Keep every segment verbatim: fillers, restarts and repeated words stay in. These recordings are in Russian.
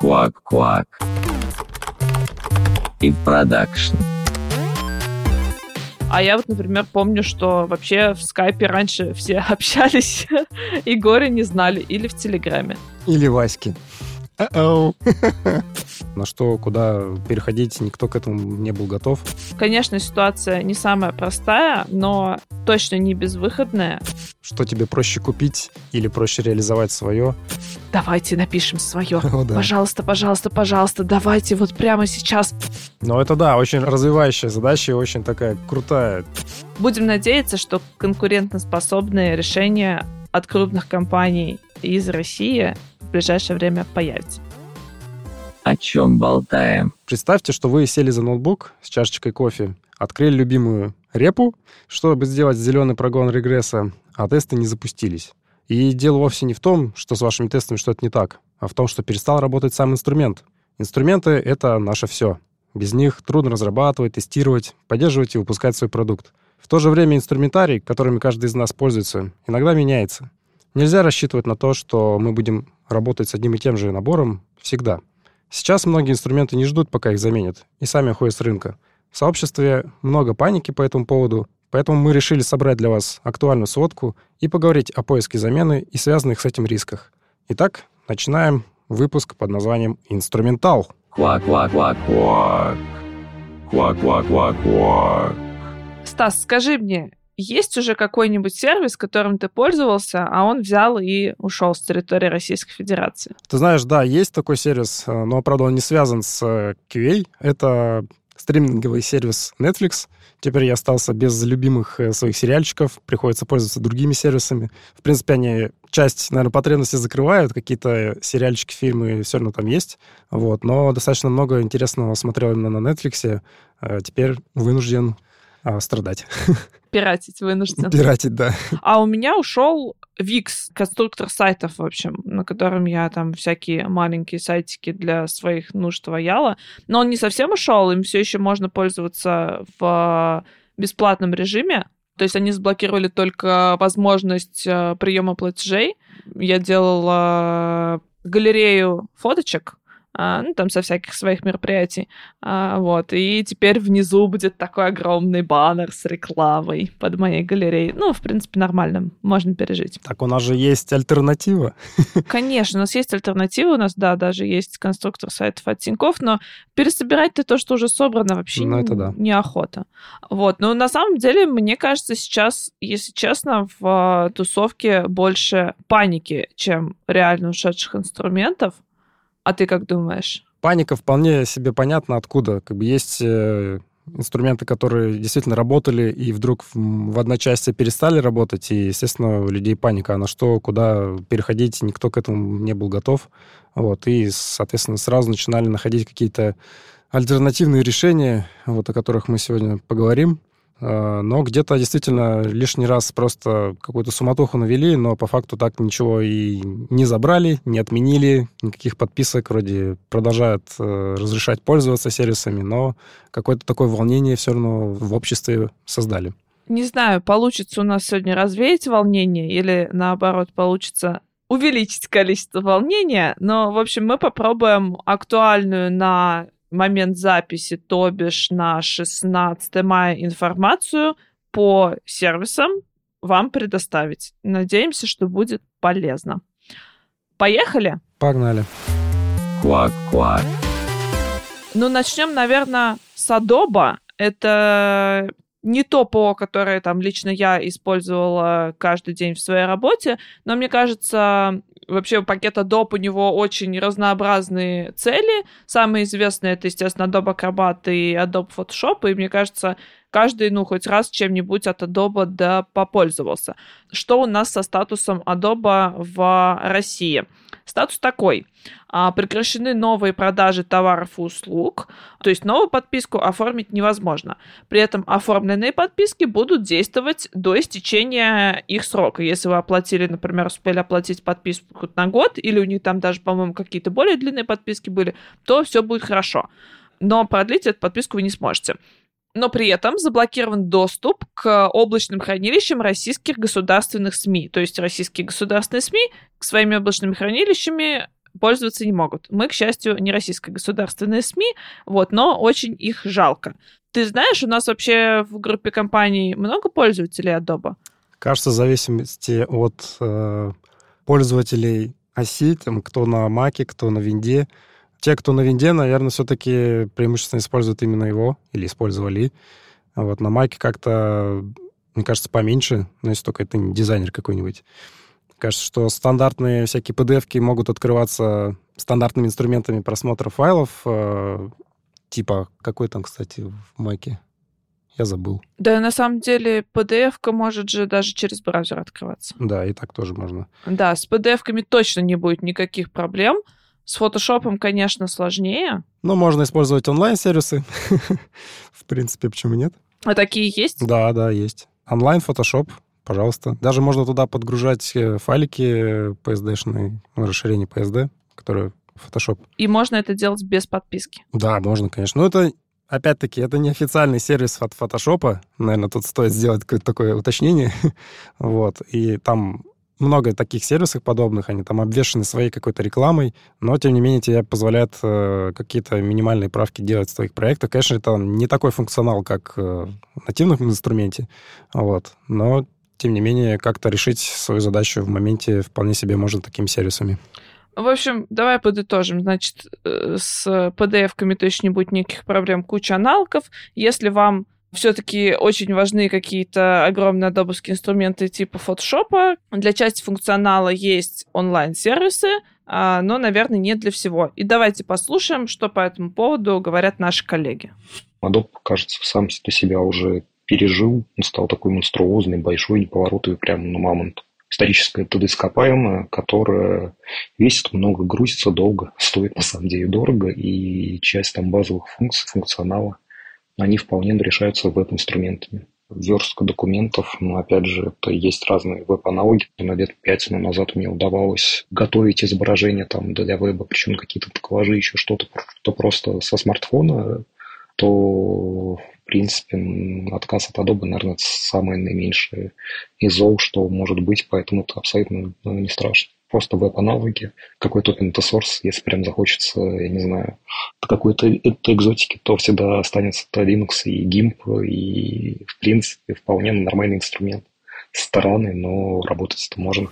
Квак-квак. И продакшн. А я вот, например, помню, что вообще в скайпе раньше все общались и горе не знали. Или в Телеграме. Или Ваське. На что, куда переходить, никто к этому не был готов. Конечно, ситуация не самая простая, но точно не безвыходная. Что тебе проще купить или проще реализовать свое? Давайте напишем свое. О, да. Пожалуйста, пожалуйста, пожалуйста, давайте вот прямо сейчас. Ну, это да, очень развивающая задача и очень такая крутая. Будем надеяться, что конкурентоспособные решения от крупных компаний из России в ближайшее время появятся. О чем болтаем? Представьте, что вы сели за ноутбук с чашечкой кофе, открыли любимую репу, чтобы сделать зеленый прогон регресса, а тесты не запустились. И дело вовсе не в том, что с вашими тестами что-то не так, а в том, что перестал работать сам инструмент. Инструменты — это наше все. Без них трудно разрабатывать, тестировать, поддерживать и выпускать свой продукт. В то же время инструментарий, которыми каждый из нас пользуется, иногда меняется. Нельзя рассчитывать на то, что мы будем работать с одним и тем же набором всегда. Сейчас многие инструменты не ждут, пока их заменят, и сами уходят с рынка. В сообществе много паники по этому поводу, поэтому мы решили собрать для вас актуальную сводку и поговорить о поиске замены и связанных с этим рисках. Итак, начинаем выпуск под названием «Инструментал». Квак-квак-квак-квак. Квак-квак-квак-квак. Стас, скажи мне, есть уже какой-нибудь сервис, которым ты пользовался, а он взял и ушел с территории Российской Федерации? Ты знаешь, да, есть такой сервис, но, правда, он не связан с кью эй. Это стриминговый сервис Netflix. Теперь я остался без любимых своих сериальчиков, приходится пользоваться другими сервисами. В принципе, они часть, наверное, потребностей закрывают, какие-то сериальчики, фильмы все равно там есть. Вот. Но достаточно много интересного смотрел именно на Netflix. Теперь вынужден а, страдать. Пиратить вынужден. Пиратить, да. А у меня ушел Wix, конструктор сайтов, в общем, на котором я там всякие маленькие сайтики для своих нужд ваяла. Но он не совсем ушел, им все еще можно пользоваться в бесплатном режиме. То есть они заблокировали только возможность приема платежей. Я делала галерею фоточек, ну, там со всяких своих мероприятий, а, вот, и теперь внизу будет такой огромный баннер с рекламой под моей галереей. Ну, в принципе, нормально, можно пережить. Так у нас же есть альтернатива. Конечно, у нас есть альтернатива, у нас, да, даже есть конструктор сайтов от Тинькофф, но пересобирать-то то, что уже собрано, вообще ну, это да. неохота. Вот, но на самом деле, мне кажется, сейчас, если честно, в тусовке больше паники, чем реально ушедших инструментов. А ты как думаешь? Паника вполне себе понятна откуда. Как бы есть э, инструменты, которые действительно работали, и вдруг в, в одночасье перестали работать, и, естественно, у людей паника. А на что, куда переходить, никто к этому не был готов. Вот, и, соответственно, сразу начинали находить какие-то альтернативные решения, вот, о которых мы сегодня поговорим. Но где-то действительно лишний раз просто какую-то суматоху навели, но по факту так ничего и не забрали, не отменили, никаких подписок, вроде продолжают э, разрешать пользоваться сервисами, но какое-то такое волнение все равно в обществе создали. Не знаю, получится у нас сегодня развеять волнение или, наоборот, получится увеличить количество волнения, но, в общем, мы попробуем актуальную на момент записи, то бишь на шестнадцатое мая, информацию по сервисам вам предоставить. Надеемся, что будет полезно. Поехали? Погнали. Квак-квак. Ну, начнем, наверное, с Adobe. Это не то ПО, которое там лично я использовала каждый день в своей работе, но мне кажется, вообще пакет Adobe, у него очень разнообразные цели. Самые известные — это, естественно, Adobe Acrobat и Adobe Photoshop, и мне кажется, каждый, ну, хоть раз чем-нибудь от Adobe да попользовался. Что у нас со статусом Adobe в России? Статус такой. Прекращены новые продажи товаров и услуг, то есть новую подписку оформить невозможно. При этом оформленные подписки будут действовать до истечения их срока. Если вы оплатили, например, успели оплатить подписку на год, или у них там даже, по-моему, какие-то более длинные подписки были, то все будет хорошо. Но продлить эту подписку вы не сможете. Но при этом заблокирован доступ к облачным хранилищам российских государственных СМИ. То есть российские государственные СМИ к своими облачными хранилищами пользоваться не могут. Мы, к счастью, не российская государственная СМИ, вот, но очень их жалко. Ты знаешь, у нас вообще в группе компаний много пользователей Adobe? Кажется, в зависимости от э, пользователей оси, там, кто на Маке, кто на Винде. Те, кто на Винде, наверное, все-таки преимущественно используют именно его, или использовали. А вот на Маке как-то, мне кажется, поменьше, но если только это не дизайнер какой-нибудь. Кажется, что стандартные всякие пи ди эф-ки могут открываться стандартными инструментами просмотра файлов, э, типа, какой там, кстати, в Маке? Я забыл. Да, на самом деле, пи ди эф-ка может же даже через браузер открываться. Да, и так тоже можно. Да, с пи ди эф-ками точно не будет никаких проблем. С фотошопом, конечно, сложнее. Но можно использовать онлайн-сервисы. В принципе, почему нет? А такие есть? Да, да, есть. Онлайн-фотошоп, пожалуйста. Даже можно туда подгружать файлики пи эс ди-шные, ну, расширение пи эс ди, которые Photoshop. И можно это делать без подписки? Да, можно, конечно. Но это, опять-таки, это не официальный сервис от Photoshop. Наверное, тут стоит сделать какое-то такое уточнение. Вот. И там много таких сервисов подобных, они там обвешаны своей какой-то рекламой, но, тем не менее, тебе позволяют э, какие-то минимальные правки делать в твоих проектах. Конечно, это не такой функционал, как э, в нативном инструменте, вот. Но, тем не менее, как-то решить свою задачу в моменте вполне себе можно такими сервисами. В общем, давай подытожим. Значит, с пи ди эф-ками точно не будет никаких проблем, куча аналогов. Если вам все-таки очень важны какие-то огромные адобовские инструменты типа Photoshop, для части функционала есть онлайн-сервисы, но, наверное, не для всего. И давайте послушаем, что по этому поводу говорят наши коллеги. Adobe, кажется, сам для себя уже пережил, он стал такой монструозный, большой, неповоротливый, прямо на мамонт. Историческое ТД ископаемое, которое весит много, грузится долго, стоит на самом деле дорого, и часть там базовых функций, функционала, они вполне решаются веб-инструментами. Верстка документов, но опять же, это есть разные веб-аналоги. На лет пять назад мне удавалось готовить изображения там для веба, причем какие-то коллажи, еще что-то, то просто со смартфона, то, в принципе, отказ от Adobe, наверное, это самое наименьшее из зол, что может быть, поэтому это абсолютно не страшно. Просто веб-аналоги, какой-то open source, если прям захочется, я не знаю, какой-то экзотики, то всегда останется Linux и гимп, и, в принципе, вполне нормальный инструмент. Странный, но работать-то можно.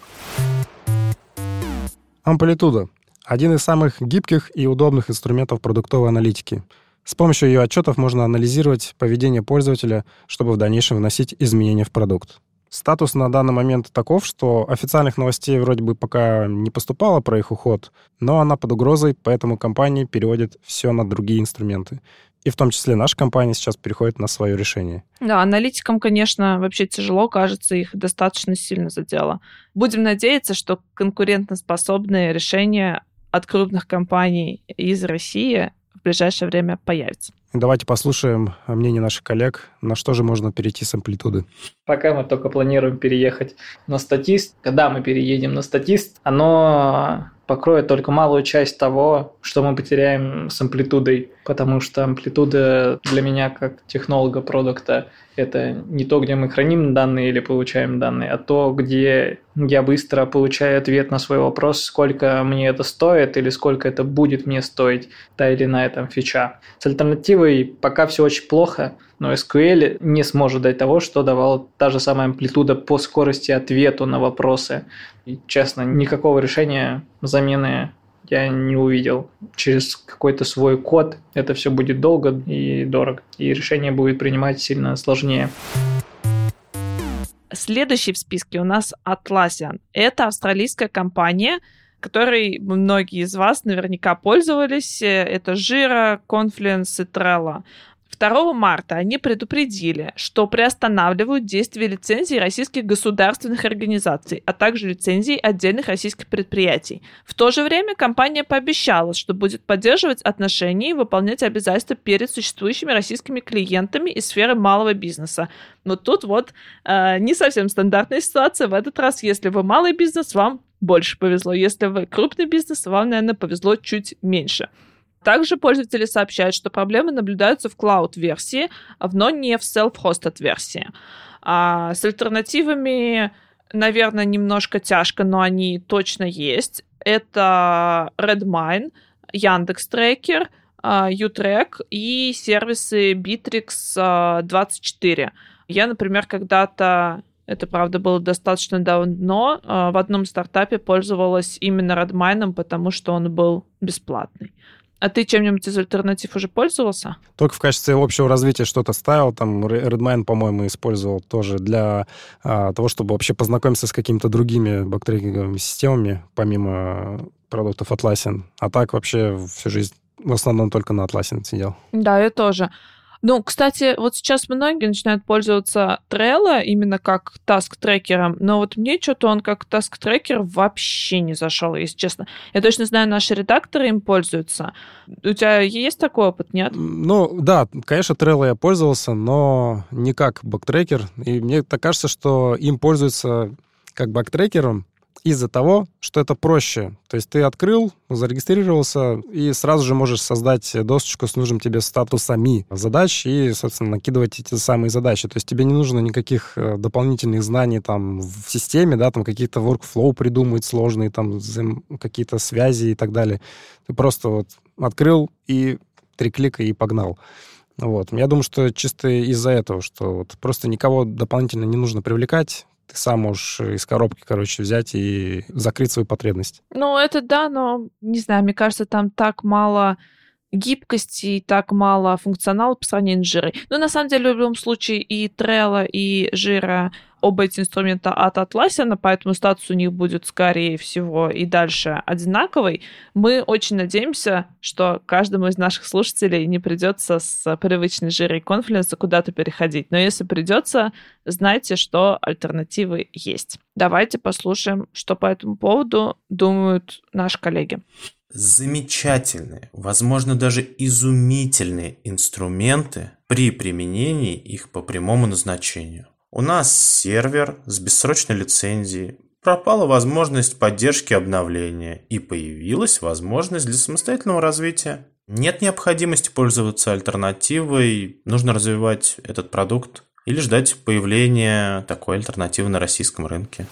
Амплитуда – один из самых гибких и удобных инструментов продуктовой аналитики. С помощью ее отчетов можно анализировать поведение пользователя, чтобы в дальнейшем вносить изменения в продукт. Статус на данный момент таков, что официальных новостей вроде бы пока не поступало про их уход, но она под угрозой, поэтому компании переводят все на другие инструменты. И в том числе наша компания сейчас переходит на свое решение. Да, аналитикам, конечно, вообще тяжело, кажется, их достаточно сильно задело. Будем надеяться, что конкурентоспособные решения от крупных компаний из России в ближайшее время появятся. Давайте послушаем мнение наших коллег, на что же можно перейти с амплитуды. Пока мы только планируем переехать на статист. Когда мы переедем на статист, оно покроет только малую часть того, что мы потеряем с амплитудой, потому что амплитуда для меня, как технолога продукта, это не то, где мы храним данные или получаем данные, а то, где я быстро получаю ответ на свой вопрос, сколько мне это стоит или сколько это будет мне стоить, та или иная там фича. С альтернативой пока все очень плохо, но эс ку эль не сможет дать того, что давала та же самая амплитуда по скорости ответа на вопросы. И, честно, никакого решения замены я не увидел. Через какой-то свой код это все будет долго и дорого, и решение будет принимать сильно сложнее. Следующий в списке у нас Atlassian. Это австралийская компания, которой многие из вас наверняка пользовались. Это Jira, Confluence и Trello. второго марта они предупредили, что приостанавливают действие лицензий российских государственных организаций, а также лицензий отдельных российских предприятий. В то же время компания пообещала, что будет поддерживать отношения и выполнять обязательства перед существующими российскими клиентами из сферы малого бизнеса. Но тут вот э, не совсем стандартная ситуация. В этот раз, если вы малый бизнес, вам больше повезло. Если вы крупный бизнес, вам, наверное, повезло чуть меньше. Также пользователи сообщают, что проблемы наблюдаются в клауд-версии, но не в self-hosted версии. А с альтернативами наверное, немножко тяжко, но они точно есть. Это Redmine, Яндекс.Трекер, U-Track и сервисы Bittrex двадцать четыре. Я, например, когда-то, это, правда, было достаточно давно, в одном стартапе пользовалась именно Redmine, потому что он был бесплатный. А ты чем-нибудь из альтернатив уже пользовался? Только в качестве общего развития что-то ставил. Там Redmine, по-моему, использовал тоже для а, того, чтобы вообще познакомиться с какими-то другими бактрекинговыми системами, помимо продуктов Atlassian. А так вообще всю жизнь в основном только на Atlassian сидел. Да, я тоже. Ну, кстати, вот сейчас многие начинают пользоваться Trello именно как таск-трекером, но вот мне что-то он как таск-трекер вообще не зашел, если честно. Я точно знаю, наши редакторы им пользуются. У тебя есть такой опыт, нет? Ну, да, конечно, Trello я пользовался, но не как бактрекер. И мне так кажется, что им пользуются как бактрекером из-за того, что это проще. То есть ты открыл, зарегистрировался, и сразу же можешь создать досочку с нужным тебе статусами задач и, собственно, накидывать эти самые задачи. То есть тебе не нужно никаких дополнительных знаний там в системе, да, там какие-то workflow придумывать сложные, там какие-то связи и так далее. Ты просто вот открыл и три клика и погнал. Вот. Я думаю, что чисто из-за этого, что вот просто никого дополнительно не нужно привлекать, ты сам можешь из коробки, короче, взять и закрыть свою потребность. Ну, это да, но, не знаю, мне кажется, там так мало гибкости и так мало функционала по сравнению с Жирой. Но, на самом деле, в любом случае, и Trello, и Жира, оба эти инструмента от Atlassian, поэтому статус у них будет, скорее всего, и дальше одинаковый. Мы очень надеемся, что каждому из наших слушателей не придется с привычной Жирой Confluence куда-то переходить. Но если придется, знайте, что альтернативы есть. Давайте послушаем, что по этому поводу думают наши коллеги. Замечательные, возможно, даже изумительные инструменты при применении их по прямому назначению. У нас сервер с бессрочной лицензией, пропала возможность поддержки обновления и появилась возможность для самостоятельного развития. Нет необходимости пользоваться альтернативой, нужно развивать этот продукт или ждать появления такой альтернативы на российском рынке.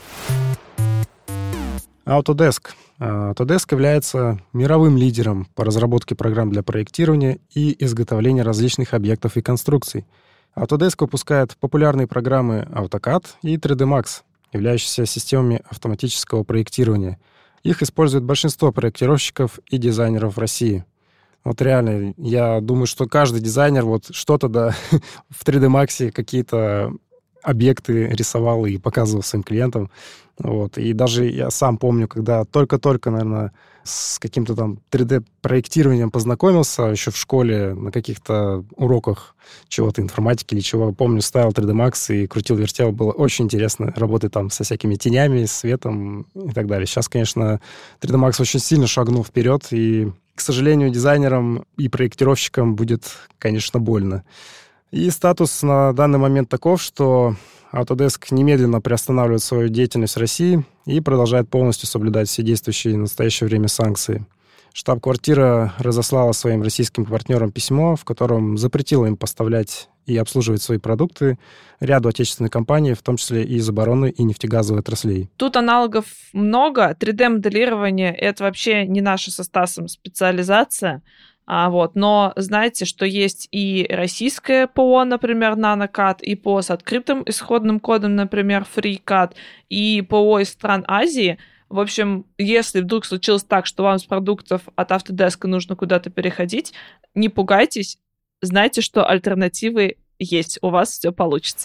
Autodesk. Autodesk является мировым лидером по разработке программ для проектирования и изготовления различных объектов и конструкций. Autodesk выпускает популярные программы AutoCAD и три дэ Max, являющиеся системами автоматического проектирования. Их использует большинство проектировщиков и дизайнеров в России. Вот реально, я думаю, что каждый дизайнер вот что-то да, в три дэ Max какие-то объекты рисовал и показывал своим клиентам. Вот. И даже я сам помню, когда только-только, наверное, с каким-то там три дэ-проектированием познакомился еще в школе на каких-то уроках чего-то, информатики или чего. Помню, ставил три дэ Max и крутил-вертел. Было очень интересно работать там со всякими тенями, светом и так далее. Сейчас, конечно, три дэ Max очень сильно шагнул вперед, и, к сожалению, дизайнерам и проектировщикам будет, конечно, больно. И статус на данный момент таков, что Autodesk немедленно приостанавливает свою деятельность в России и продолжает полностью соблюдать все действующие в настоящее время санкции. Штаб-квартира разослала своим российским партнерам письмо, в котором запретила им поставлять и обслуживать свои продукты ряду отечественных компаний, в том числе и из оборонной и нефтегазовой отраслей. Тут аналогов много. три дэ-моделирование — это вообще не наша со Стасом специализация. А, вот. Но знаете, что есть и российское ПО, например, NanoCAD, и ПО с открытым исходным кодом, например, FreeCAD, и ПО из стран Азии. В общем, если вдруг случилось так, что вам с продуктов от Autodesk нужно куда-то переходить, не пугайтесь, знайте, что альтернативы есть, у вас все получится.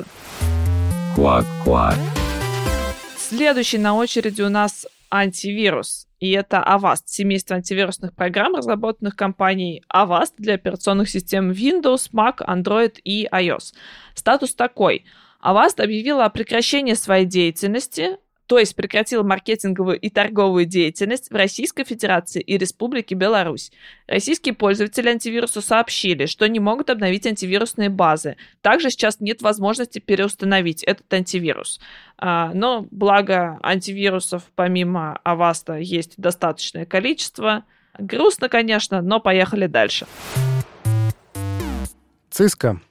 Квак-квак. Следующий на очереди у нас антивирус. И это Avast, семейство антивирусных программ, разработанных компанией Avast для операционных систем Windows, Mac, Android и iOS. Статус такой. Avast объявила о прекращении своей деятельности, то есть прекратила маркетинговую и торговую деятельность в Российской Федерации и Республике Беларусь. Российские пользователи антивируса сообщили, что не могут обновить антивирусные базы. Также сейчас нет возможности переустановить этот антивирус. Но благо антивирусов помимо Avast есть достаточное количество. Грустно, конечно, но поехали дальше. Cisco.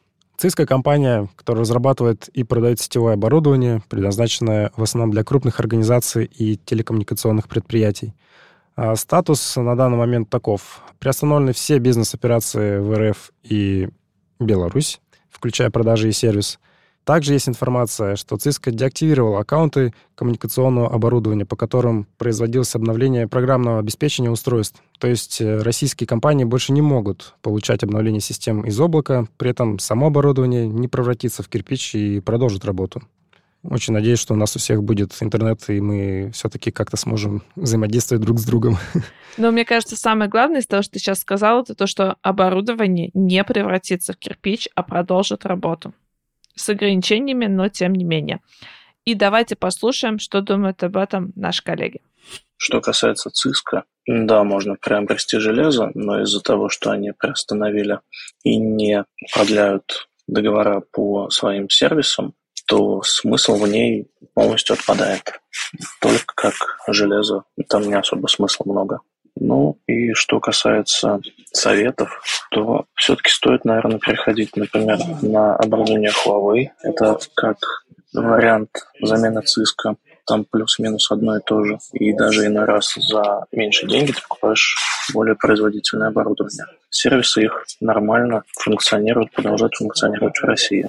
Cisco — компания, которая разрабатывает и продает сетевое оборудование, предназначенное в основном для крупных организаций и телекоммуникационных предприятий. А статус на данный момент таков. Приостановлены все бизнес-операции в эр эф и Беларусь, включая продажи и сервис. Также есть информация, что Cisco деактивировал аккаунты коммуникационного оборудования, по которым производилось обновление программного обеспечения устройств. То есть российские компании больше не могут получать обновление систем из облака, при этом само оборудование не превратится в кирпич и продолжит работу. Очень надеюсь, что у нас у всех будет интернет, и мы все-таки как-то сможем взаимодействовать друг с другом. Но мне кажется, самое главное из того, что ты сейчас сказал, это то, что оборудование не превратится в кирпич, а продолжит работу. С ограничениями, но тем не менее. И давайте послушаем, что думают об этом наши коллеги. Что касается Cisco, да, можно приобрести железо, но из-за того, что они приостановили и не продляют договора по своим сервисам, то смысл в ней полностью отпадает. Только как железо, там не особо смысла много. Ну и что касается советов, то все-таки стоит, наверное, переходить, например, на оборудование Huawei. Это как вариант замены Cisco. Там плюс-минус одно и то же. И даже иной раз за меньшие деньги ты покупаешь более производительное оборудование. Сервисы их нормально функционируют, продолжают функционировать в России.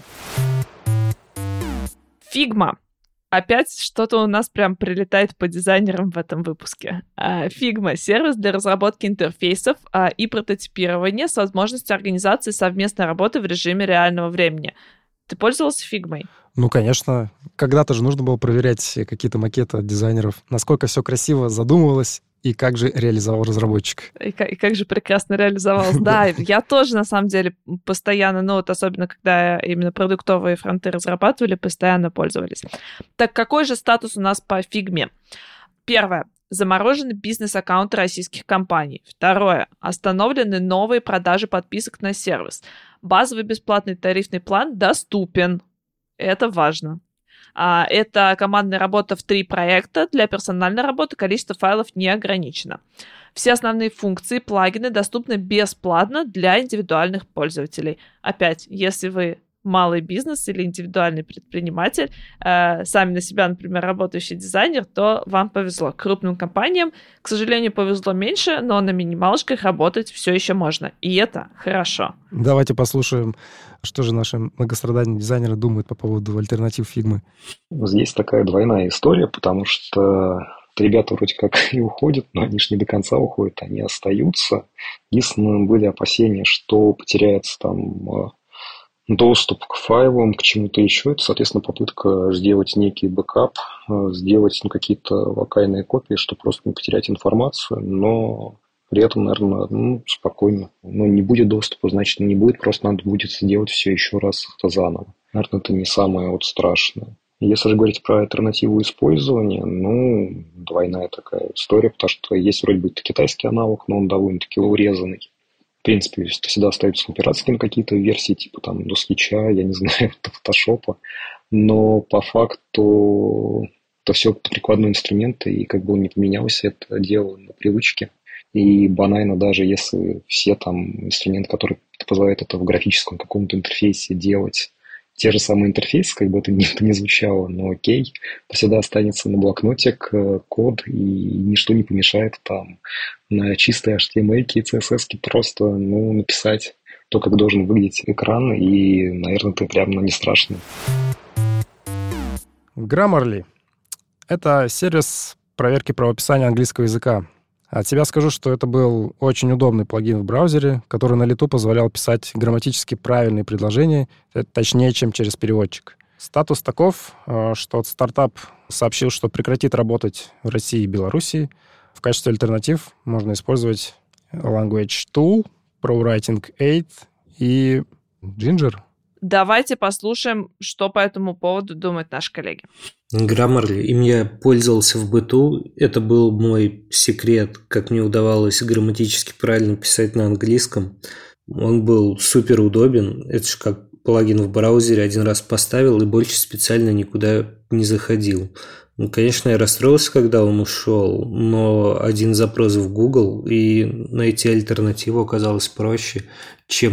Figma. Опять что-то у нас прям прилетает по дизайнерам в этом выпуске. Figma — сервис для разработки интерфейсов и прототипирования с возможностью организации совместной работы в режиме реального времени. Ты пользовался Figma? Ну, конечно. Когда-то же нужно было проверять какие-то макеты от дизайнеров, насколько все красиво задумывалось, и как же реализовал разработчик. И как, и как же прекрасно реализовалось. Да, я тоже, на самом деле, постоянно, ну вот особенно, когда именно продуктовые фронты разрабатывали, постоянно пользовались. Так какой же статус у нас по Figma? Первое. Заморожены бизнес-аккаунты российских компаний. Второе. Остановлены новые продажи подписок на сервис. Базовый бесплатный тарифный план доступен. Это важно. Это командная работа в три проекта. Для персональной работы количество файлов не ограничено. Все основные функции, плагины доступны бесплатно для индивидуальных пользователей. Опять, если вы малый бизнес или индивидуальный предприниматель, э, сами на себя, например, работающий дизайнер, то вам повезло. Крупным компаниям, к сожалению, повезло меньше, но на минималочках работать все еще можно. И это хорошо. Давайте послушаем, что же наши многострадальные дизайнеры думают по поводу альтернатив Figma. Здесь такая двойная история, потому что ребята вроде как и уходят, но они же не до конца уходят, они остаются. Единственное, были опасения, что потеряется там доступ к файлам, к чему-то еще. Это, соответственно, попытка сделать некий бэкап, сделать ну, какие-то локальные копии, чтобы просто не потерять информацию, но при этом, наверное, ну, спокойно. Но не будет доступа, значит, не будет, просто надо будет сделать все еще раз заново. Наверное, это не самое вот страшное. Если же говорить про альтернативу использования, ну, двойная такая история, потому что есть вроде бы китайский аналог, но он довольно-таки урезанный. В принципе, всегда остаются пиратские какие-то версии, типа там DOSKitch, я не знаю, фотошопа, но по факту это все прикладной инструмент, и как бы он не поменялся, это дело на привычке. И банально даже если все там инструменты, которые позволяют это в графическом каком-то интерфейсе делать, те же самые интерфейсы, как бы это ни, это не звучало, но окей, всегда останется на блокнотик код, и ничто не помешает там на чистой эйч ти эм эль и си эс эс просто ну, написать то, как должен выглядеть экран, и, наверное, это прямо не страшно. Grammarly — это сервис проверки правописания английского языка. От себя скажу, что это был очень удобный плагин в браузере, который на лету позволял писать грамматически правильные предложения, точнее, чем через переводчик. Статус таков, что стартап сообщил, что прекратит работать в России и Беларуси. В качестве альтернатив можно использовать Language Tool, ProWriting восемь и Ginger. Давайте послушаем, что по этому поводу думают наши коллеги. Grammarly. Им я пользовался в быту. Это был мой секрет, как мне удавалось грамматически правильно писать на английском. Он был супер удобен. Это же как плагин в браузере. Один раз поставил и больше специально никуда не заходил. Ну, конечно, я расстроился, когда он ушел, но один запрос в Google, и найти альтернативу оказалось проще, чем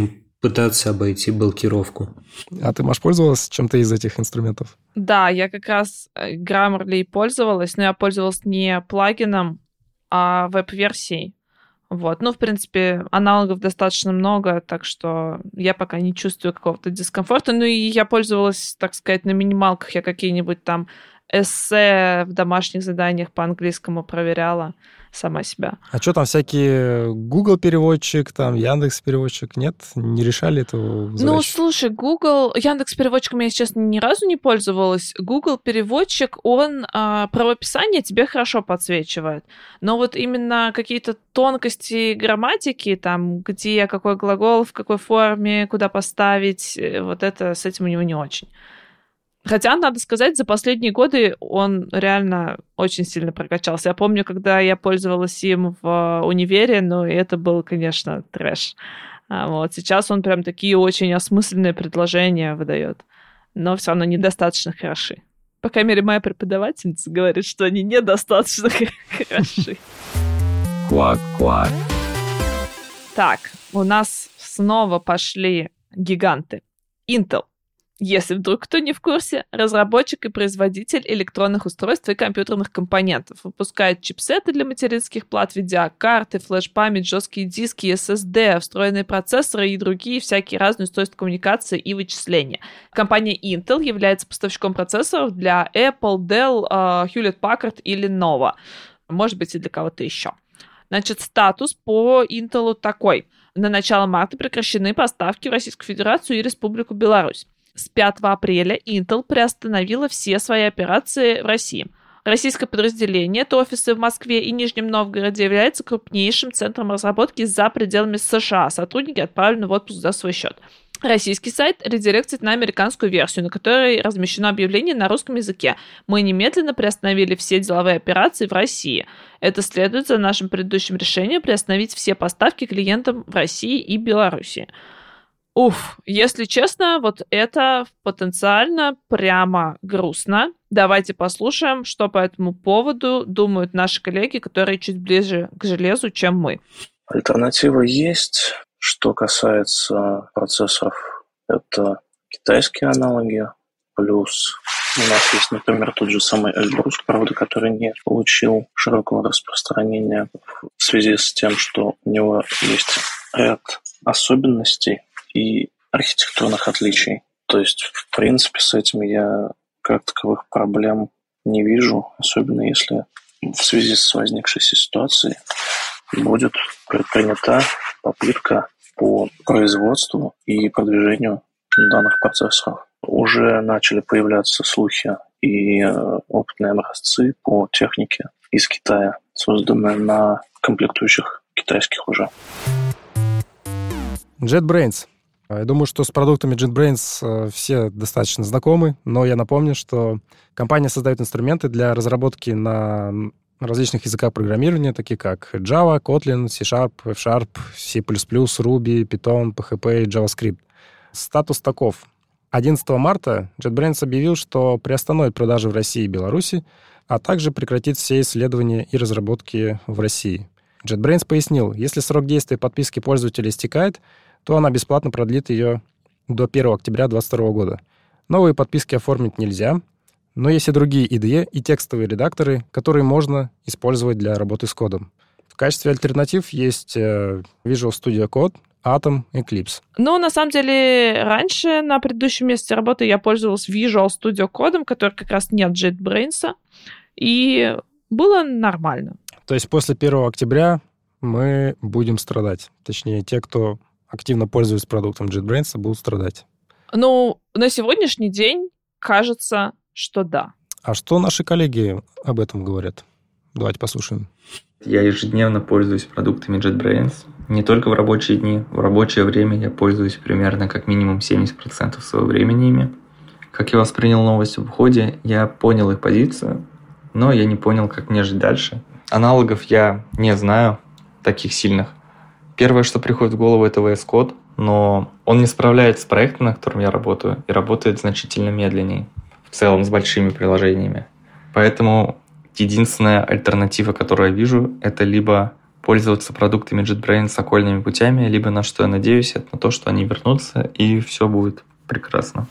пытаться обойти блокировку. А ты, Маш, пользовалась чем-то из этих инструментов? Да, я как раз Grammarly пользовалась, но я пользовалась не плагином, а веб-версией. Вот. Ну, в принципе, аналогов достаточно много, так что я пока не чувствую какого-то дискомфорта. Ну, и я пользовалась, так сказать, на минималках. Я какие-нибудь там эссе в домашних заданиях по английскому проверяла сама себя. А что там всякие Google переводчик, там Яндекс переводчик, нет? Не решали эту задачу? Ну, слушай, Google, Яндекс переводчиком я, честно, ни разу не пользовалась. Google переводчик, он а, правописание тебе хорошо подсвечивает. Но вот именно какие-то тонкости грамматики, там, где какой глагол, в какой форме, куда поставить, вот это с этим у него не очень. Хотя, надо сказать, за последние годы он реально очень сильно прокачался. Я помню, когда я пользовалась им в универе, ну, это был, конечно, трэш. Вот. Сейчас он прям такие очень осмысленные предложения выдает, но все равно недостаточно хороши. По крайней мере, моя преподавательница говорит, что они недостаточно хороши. Квак-квак. Так, у нас снова пошли гиганты. Intel. Если вдруг кто не в курсе, разработчик и производитель электронных устройств и компьютерных компонентов. Выпускает чипсеты для материнских плат, видеокарты, флеш-память, жесткие диски, эс эс ди, встроенные процессоры и другие всякие разные устройства коммуникации и вычисления. Компания Intel является поставщиком процессоров для Apple, Dell, Hewlett-Packard и Lenovo. Может быть, и для кого-то еще. Значит, статус по Intel такой. На начало марта прекращены поставки в Российскую Федерацию и Республику Беларусь. С пятого апреля Intel приостановила все свои операции в России. Российское подразделение, это офисы в Москве и Нижнем Новгороде, является крупнейшим центром разработки за пределами США. Сотрудники отправлены в отпуск за свой счет. Российский сайт редиректит на американскую версию, на которой размещено объявление на русском языке. Мы немедленно приостановили все деловые операции в России. Это следует за нашим предыдущим решением приостановить все поставки клиентам в России и Беларуси. Уф, если честно, вот это потенциально прямо грустно. Давайте послушаем, что по этому поводу думают наши коллеги, которые чуть ближе к железу, чем мы. Альтернатива есть. Что касается процессоров, это китайские аналоги. Плюс у нас есть, например, тот же самый Эльбрус, правда, который не получил широкого распространения в связи с тем, что у него есть ряд особенностей и архитектурных отличий. То есть, в принципе, с этим я как таковых проблем не вижу, особенно если в связи с возникшей ситуацией будет предпринята попытка по производству и продвижению данных процессоров. Уже начали появляться слухи и опытные образцы по технике из Китая, созданные на комплектующих китайских уже. JetBrains. Я думаю, что с продуктами JetBrains все достаточно знакомы, но я напомню, что компания создает инструменты для разработки на различных языках программирования, такие как Java, Kotlin, C-Sharp, F-Sharp, C++, Ruby, Python, пи эйч пи и JavaScript. Статус таков. одиннадцатого марта JetBrains объявил, что приостановит продажи в России и Беларуси, а также прекратит все исследования и разработки в России. JetBrains пояснил, если срок действия подписки пользователя истекает, то она бесплатно продлит ее до первого октября две тысячи двадцать второго года. Новые подписки оформить нельзя, но есть и другие ай ди и и текстовые редакторы, которые можно использовать для работы с кодом. В качестве альтернатив есть Visual Studio Code, Atom, Eclipse. Ну, на самом деле, раньше на предыдущем месте работы я пользовалась Visual Studio Code, который как раз нет JetBrains, и было нормально. То есть после первого октября мы будем страдать. Точнее, те, кто активно пользуются продуктом JetBrains, будут страдать. Ну, на сегодняшний день кажется, что да. А что наши коллеги об этом говорят? Давайте послушаем. Я ежедневно пользуюсь продуктами JetBrains. Не только в рабочие дни. В рабочее время я пользуюсь примерно как минимум семьдесят процентов своего времени ими. Как я воспринял новость об уходе, я понял их позицию, но я не понял, как мне жить дальше. Аналогов я не знаю, таких сильных. Первое, что приходит в голову, это ви эс Code, но он не справляется с проектом, на котором я работаю, и работает значительно медленнее, в целом с большими приложениями. Поэтому единственная альтернатива, которую я вижу, это либо пользоваться продуктами JetBrains окольными путями, либо на что я надеюсь, это на то, что они вернутся, и все будет прекрасно.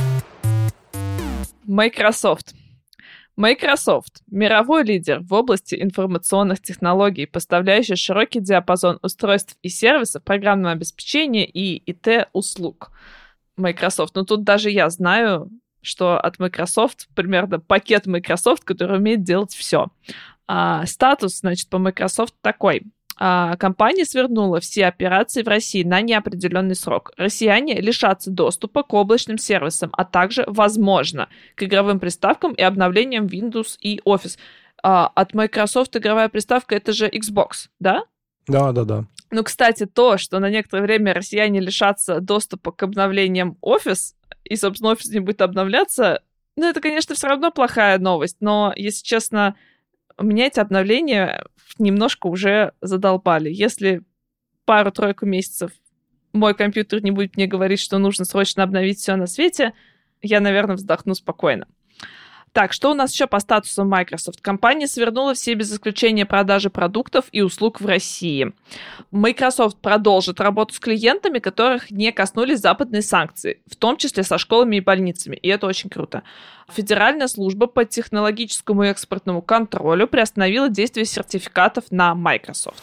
Microsoft. Microsoft – мировой лидер в области информационных технологий, поставляющий широкий диапазон устройств и сервисов, программного обеспечения и ай ти-услуг. Microsoft. Ну, тут даже я знаю, что от Microsoft примерно пакет Microsoft, который умеет делать все. А, статус, значит, по Microsoft такой. А, компания свернула все операции в России на неопределенный срок. Россияне лишатся доступа к облачным сервисам, а также, возможно, к игровым приставкам и обновлениям Windows и Office. А, от Microsoft игровая приставка — это же Xbox, да? Да, да, да. Ну, кстати, то, что на некоторое время россияне лишатся доступа к обновлениям Office, и, собственно, Office не будет обновляться, ну, это, конечно, все равно плохая новость, но, если честно, меня эти обновления немножко уже задолбали. Если пару-тройку месяцев мой компьютер не будет мне говорить, что нужно срочно обновить все на свете, я, наверное, вздохну спокойно. Так, что у нас еще по статусу Microsoft? Компания свернула все без исключения продажи продуктов и услуг в России. Microsoft продолжит работу с клиентами, которых не коснулись западные санкции, в том числе со школами и больницами, и это очень круто. Федеральная служба по технологическому и экспортному контролю приостановила действие сертификатов на Microsoft.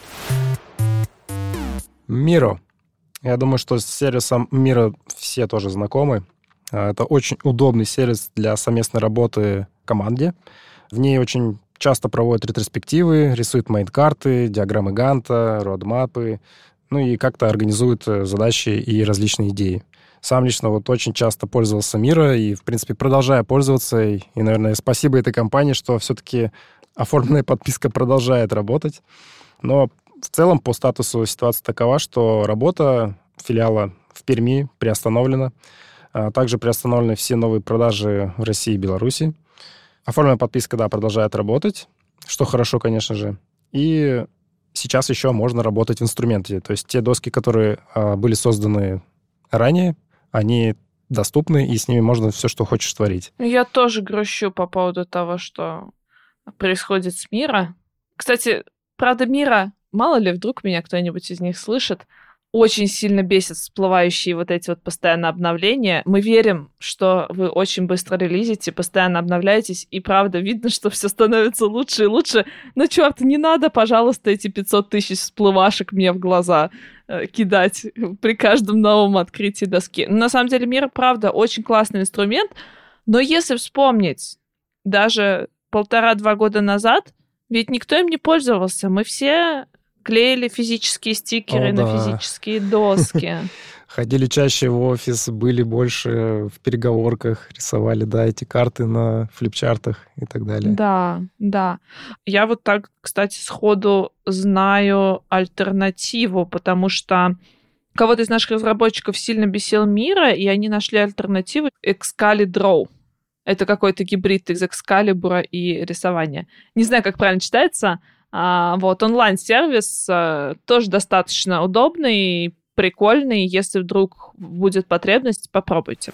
Miro. Я думаю, что с сервисом Miro все тоже знакомы. Это очень удобный сервис для совместной работы в команде. В ней очень часто проводят ретроспективы, рисуют мейн-карты, диаграммы Ганта, родмапы, ну и как-то организуют задачи и различные идеи. Сам лично вот очень часто пользовался Miro и, в принципе, продолжаю пользоваться. И, и, наверное, спасибо этой компании, что все-таки оформленная подписка продолжает работать. Но в целом по статусу ситуация такова, что работа филиала в Перми приостановлена. Также приостановлены все новые продажи в России и Беларуси. Оформленная подписка, да, продолжает работать, что хорошо, конечно же. И сейчас еще можно работать в инструменте. То есть те доски, которые а, были созданы ранее, они доступны, и с ними можно все, что хочешь, творить. Я тоже грущу по поводу того, что происходит с Miro. Кстати, правда, Miro, мало ли, вдруг меня кто-нибудь из них слышит, очень сильно бесит всплывающие вот эти вот постоянно обновления. Мы верим, что вы очень быстро релизите, постоянно обновляетесь, и правда видно, что все становится лучше и лучше. Но, черт, не надо, пожалуйста, эти пятьсот тысяч всплывашек мне в глаза э, кидать при каждом новом открытии доски. Но, на самом деле, Miro, правда, очень классный инструмент, но если вспомнить даже полтора-два года назад, ведь никто им не пользовался. Мы все клеили физические стикеры. О, на да. физические доски. Ходили чаще в офис, были больше в переговорках, рисовали, да, эти карты на флипчартах и так далее. Да, да. Я вот так, кстати, сходу знаю альтернативу, потому что кого-то из наших разработчиков сильно бесил Miro, и они нашли альтернативу Excalidraw. Это какой-то гибрид из Excalibur и рисования. Не знаю, как правильно читается. А, вот, онлайн-сервис а, тоже достаточно удобный, прикольный. Если вдруг будет потребность, попробуйте.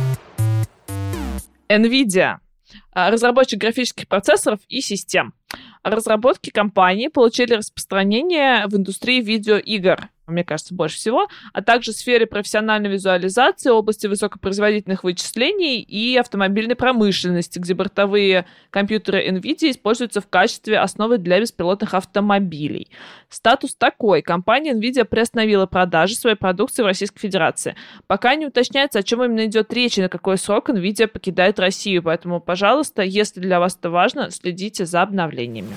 NVIDIA. Разработчик графических процессоров и систем. Разработки компании получили распространение в индустрии видеоигр, мне кажется, больше всего, а также в сфере профессиональной визуализации, области высокопроизводительных вычислений и автомобильной промышленности, где бортовые компьютеры NVIDIA используются в качестве основы для беспилотных автомобилей. Статус такой. Компания NVIDIA приостановила продажи своей продукции в Российской Федерации. Пока не уточняется, о чем именно идет речь и на какой срок NVIDIA покидает Россию. Поэтому, пожалуйста, если для вас это важно, следите за обновлениями.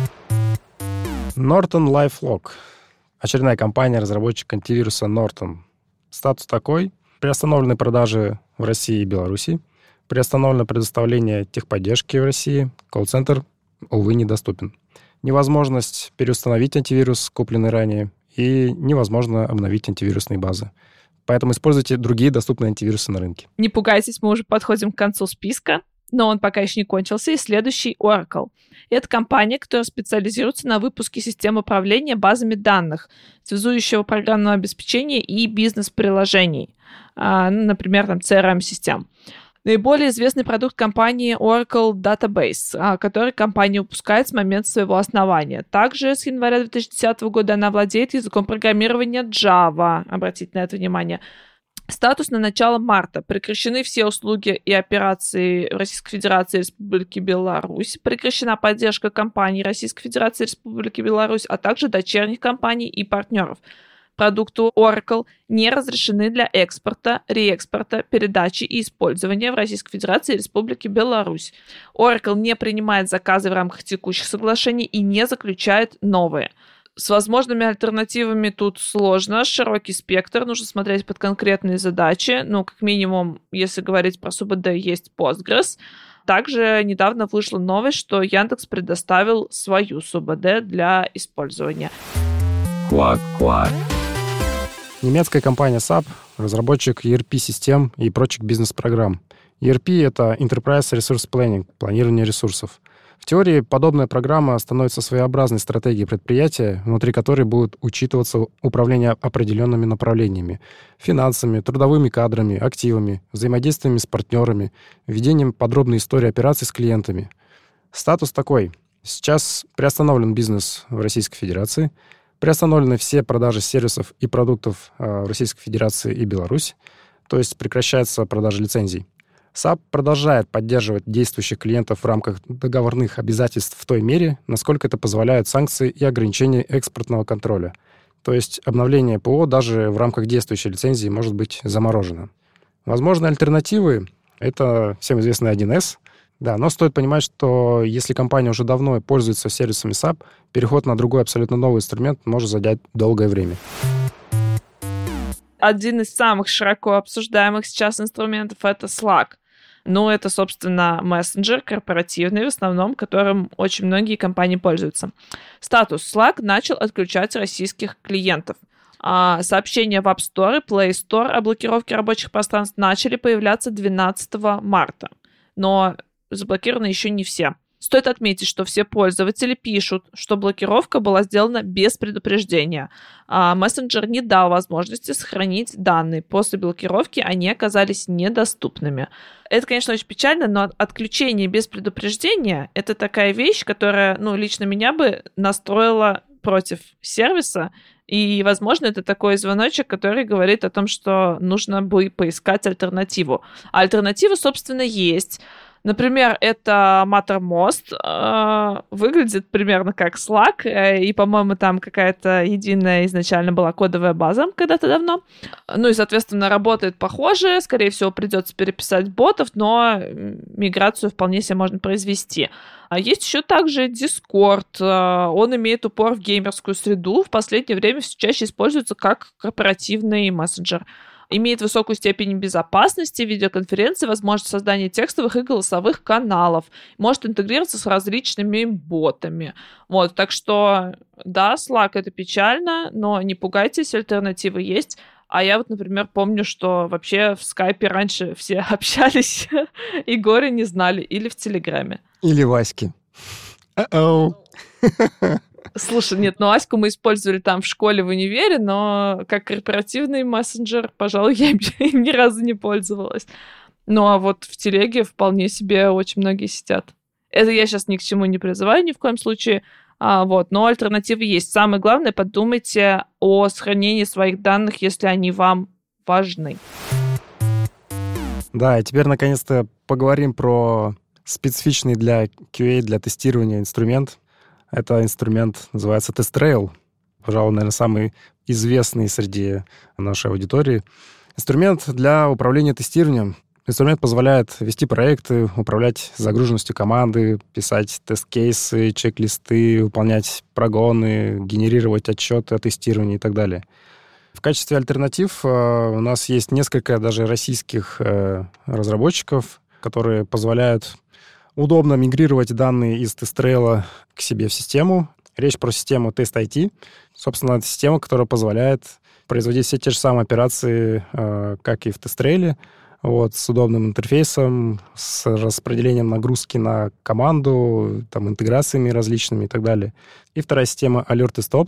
Norton LifeLock. Очередная компания, разработчик антивируса Norton. Статус такой. Приостановлены продажи в России и Беларуси. Приостановлено предоставление техподдержки в России. Колл-центр, увы, недоступен. Невозможность переустановить антивирус, купленный ранее. И невозможно обновить антивирусные базы. Поэтому используйте другие доступные антивирусы на рынке. Не пугайтесь, мы уже подходим к концу списка. Но он пока еще не кончился, и следующий Oracle. Это компания, которая специализируется на выпуске систем управления базами данных, связующего программного обеспечения и бизнес-приложений, например, там, си ар эм-систем. Наиболее известный продукт компании Oracle Database, который компания выпускает с момента своего основания. Также с января две тысячи десятого года она владеет языком программирования Java. Обратите на это внимание. Статус на начало марта. Прекращены все услуги и операции Российской Федерации и Республики Беларусь. Прекращена поддержка компаний Российской Федерации и Республики Беларусь, а также дочерних компаний и партнеров. Продукты Oracle не разрешены для экспорта, реэкспорта, передачи и использования в Российской Федерации и Республике Беларусь. Oracle не принимает заказы в рамках текущих соглашений и не заключает новые. С возможными альтернативами тут сложно, широкий спектр, нужно смотреть под конкретные задачи. Ну, как минимум, если говорить про СУБД, есть Postgres. Также недавно вышла новость, что Яндекс предоставил свою СУБД для использования. Quack-quack. Немецкая компания сап – разработчик и эр пи-систем и прочих бизнес-программ. и эр пи – это Enterprise Resource Planning, планирование ресурсов. В теории подобная программа становится своеобразной стратегией предприятия, внутри которой будет учитываться управление определенными направлениями – финансами, трудовыми кадрами, активами, взаимодействиями с партнерами, ведением подробной истории операций с клиентами. Статус такой. Сейчас приостановлен бизнес в Российской Федерации, приостановлены все продажи сервисов и продуктов в Российской Федерации и Беларуси, то есть прекращается продажа лицензий. сап продолжает поддерживать действующих клиентов в рамках договорных обязательств в той мере, насколько это позволяют санкции и ограничения экспортного контроля. То есть обновление ПО даже в рамках действующей лицензии может быть заморожено. Возможные альтернативы — это всем известный один эс. Да, но стоит понимать, что если компания уже давно пользуется сервисами сап, переход на другой абсолютно новый инструмент может занять долгое время. Один из самых широко обсуждаемых сейчас инструментов — это Slack. Ну, это, собственно, мессенджер корпоративный, в основном, которым очень многие компании пользуются. Статус: Slack начал отключать российских клиентов. А сообщения в App Store и Play Store о блокировке рабочих пространств начали появляться двенадцатого марта. Но заблокированы еще не все. Стоит отметить, что все пользователи пишут, что блокировка была сделана без предупреждения. А мессенджер не дал возможности сохранить данные. После блокировки они оказались недоступными. Это, конечно, очень печально, но отключение без предупреждения — это такая вещь, которая, ну, лично меня бы настроила против сервиса. И, возможно, это такой звоночек, который говорит о том, что нужно бы поискать альтернативу. А альтернатива, собственно, есть. Например, это Mattermost, э, выглядит примерно как Slack, э, и, по-моему, там какая-то единая изначально была кодовая база когда-то давно. Ну и, соответственно, работает похоже, скорее всего, придется переписать ботов, но миграцию вполне себе можно произвести. А есть еще также Discord, э, он имеет упор в геймерскую среду, в последнее время все чаще используется как корпоративный мессенджер. Имеет высокую степень безопасности, видеоконференции, возможность создания текстовых и голосовых каналов. Может интегрироваться с различными ботами. Вот, так что, да, Slack — это печально, но не пугайтесь, альтернативы есть. А я вот, например, помню, что вообще в Скайпе раньше все общались и горе не знали. Или в Телеграме. Или Ваське. Uh-oh. Слушай, нет, ну Аську мы использовали там в школе, в универе, но как корпоративный мессенджер, пожалуй, я им ни разу не пользовалась. Ну а вот в Телеге вполне себе очень многие сидят. Это я сейчас ни к чему не призываю ни в коем случае, а, вот, но альтернативы есть. Самое главное, подумайте о сохранении своих данных, если они вам важны. Да, и теперь наконец-то поговорим про специфичный для кью эй, для тестирования инструмент. Это инструмент называется TestRail. Пожалуй, наверное, самый известный среди нашей аудитории. Инструмент для управления тестированием. Инструмент позволяет вести проекты, управлять загруженностью команды, писать тест-кейсы, чек-листы, выполнять прогоны, генерировать отчеты о тестировании и так далее. В качестве альтернатив у нас есть несколько даже российских разработчиков, которые позволяют удобно мигрировать данные из TestRail к себе в систему. Речь про систему TestIT. Собственно, это система, которая позволяет производить все те же самые операции, как и в TestRail, вот, с удобным интерфейсом, с распределением нагрузки на команду, там, интеграциями различными и так далее. И вторая система AlertTestOps.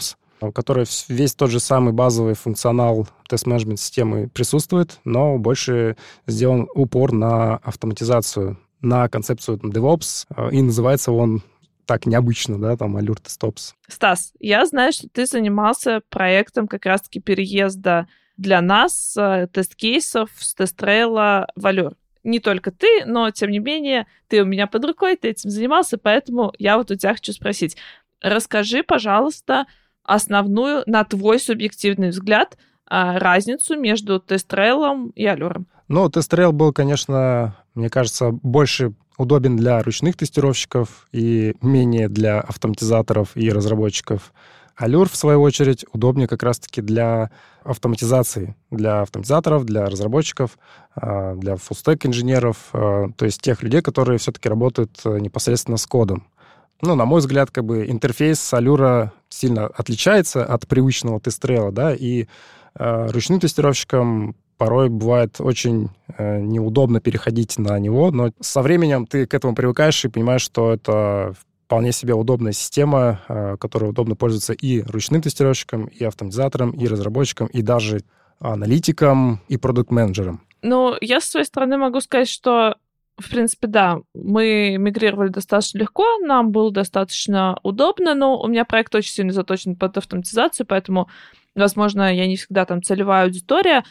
в которой весь тот же самый базовый функционал тест-менеджмент системы присутствует, но больше сделан упор на автоматизацию, на концепцию там, DevOps, и называется он так необычно, да, там Allure TestOps. Стас, я знаю, что ты занимался проектом как раз-таки переезда для нас тест-кейсов с TestRail в Allure. Не только ты, но, тем не менее, ты у меня под рукой, ты этим занимался, поэтому я вот у тебя хочу спросить. Расскажи, пожалуйста, основную, на твой субъективный взгляд, разницу между TestRail и Allure. Ну, TestRail был, конечно, мне кажется, больше удобен для ручных тестировщиков и менее для автоматизаторов и разработчиков. Allure, в свою очередь, удобнее как раз-таки для автоматизации, для автоматизаторов, для разработчиков, для фуллстек-инженеров, то есть тех людей, которые все-таки работают непосредственно с кодом. Ну, на мой взгляд, как бы интерфейс Allure сильно отличается от привычного TestRail, да, и ручным тестировщикам порой бывает очень э, неудобно переходить на него, но со временем ты к этому привыкаешь и понимаешь, что это вполне себе удобная система, э, которой удобно пользоваться и ручным тестировщикам, и автоматизаторам, и разработчикам, и даже аналитикам, и продукт-менеджерам. Ну, я с своей стороны могу сказать, что, в принципе, да, мы мигрировали достаточно легко, нам было достаточно удобно, но у меня проект очень сильно заточен под автоматизацию, поэтому, возможно, я не всегда там целевая аудитория,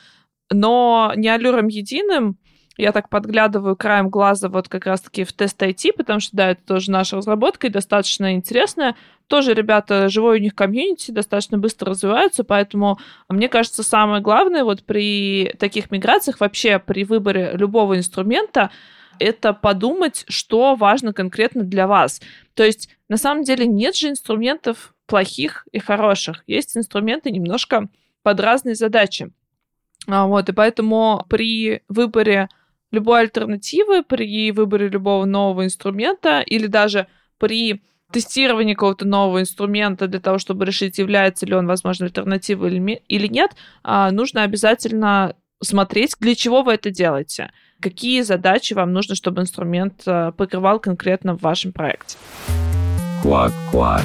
но не Allure единым, я так подглядываю краем глаза вот как раз-таки в тест ай ти, потому что, да, это тоже наша разработка и достаточно интересная. Тоже ребята, живой у них комьюнити, достаточно быстро развиваются, поэтому, мне кажется, самое главное вот при таких миграциях, вообще при выборе любого инструмента, это подумать, что важно конкретно для вас. То есть, на самом деле, нет же инструментов плохих и хороших. Есть инструменты немножко под разные задачи. Вот, и поэтому при выборе любой альтернативы, при выборе любого нового инструмента или даже при тестировании какого-то нового инструмента для того, чтобы решить, является ли он, возможно, альтернативой или нет, нужно обязательно смотреть, для чего вы это делаете, какие задачи вам нужно, чтобы инструмент покрывал конкретно в вашем проекте. Квак-квак.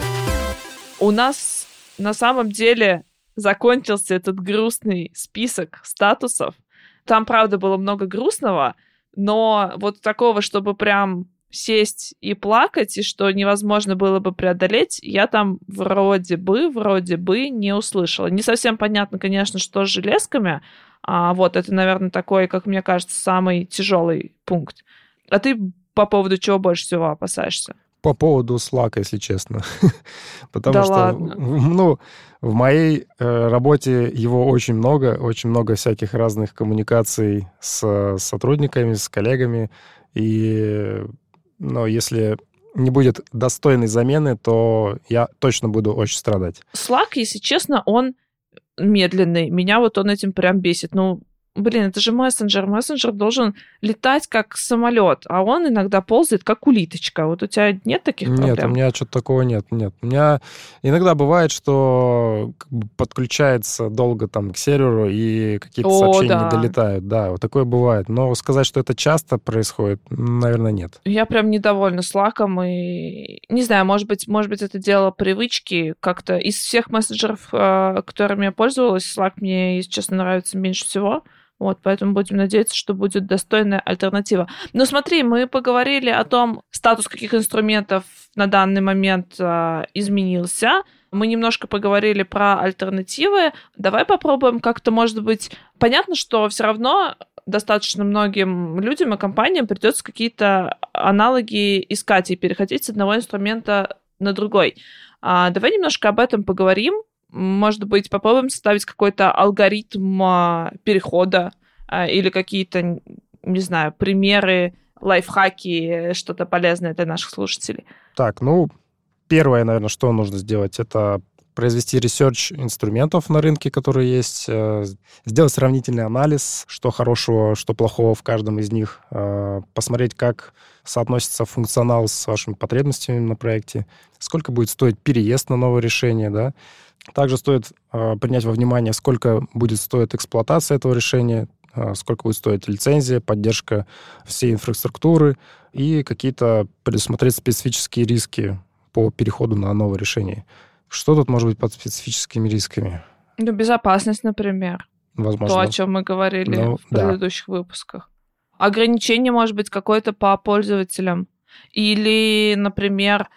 У нас на самом деле закончился этот грустный список статусов. Там, правда, было много грустного, но вот такого, чтобы прям сесть и плакать, и что невозможно было бы преодолеть, я там вроде бы, вроде бы не услышала. Не совсем понятно, конечно, что с железками. А вот это, наверное, такой, как мне кажется, самый тяжелый пункт. А ты по поводу чего больше всего опасаешься? По поводу Slack, если честно. Потому да что, ладно. ну, в моей э, работе его очень много, очень много всяких разных коммуникаций с сотрудниками, с коллегами. И, ну, если не будет достойной замены, то я точно буду очень страдать. Slack, если честно, он медленный. Меня вот он этим прям бесит. Ну, блин, это же мессенджер. Мессенджер должен летать как самолет, а он иногда ползает как улиточка. Вот у тебя нет таких проблем? Нет, у меня что-то такого нет. Нет. У меня иногда бывает, что как бы подключается долго там к серверу, и какие-то О, сообщения да. не долетают. Да, вот такое бывает. Но сказать, что это часто происходит, наверное, нет. Я прям недовольна Slack'ом, и не знаю, может быть, может быть, это дело привычки как-то. Из всех мессенджеров, которыми я пользовалась, Slack мне, если честно, нравится меньше всего. Вот, поэтому будем надеяться, что будет достойная альтернатива. Но смотри, мы поговорили о том, статус каких инструментов на данный момент э, изменился. Мы немножко поговорили про альтернативы. Давай попробуем как-то, может быть... Понятно, что все равно достаточно многим людям и компаниям придется какие-то аналоги искать и переходить с одного инструмента на другой. А, давай немножко об этом поговорим. Может быть, попробуем составить какой-то алгоритм перехода или какие-то, не знаю, примеры, лайфхаки, что-то полезное для наших слушателей. Так, ну, первое, наверное, что нужно сделать, это произвести ресерч инструментов на рынке, которые есть, сделать сравнительный анализ, что хорошего, что плохого в каждом из них, посмотреть, как соотносится функционал с вашими потребностями на проекте, сколько будет стоить переезд на новое решение, да. Также стоит э, принять во внимание, сколько будет стоить эксплуатация этого решения, э, сколько будет стоить лицензия, поддержка всей инфраструктуры и какие-то предусмотреть специфические риски по переходу на новое решение. Что тут может быть под специфическими рисками? Ну, безопасность, например. Возможно. То, о чем мы говорили ну, в предыдущих да. выпусках. Ограничение может быть какое-то по пользователям. Или, например,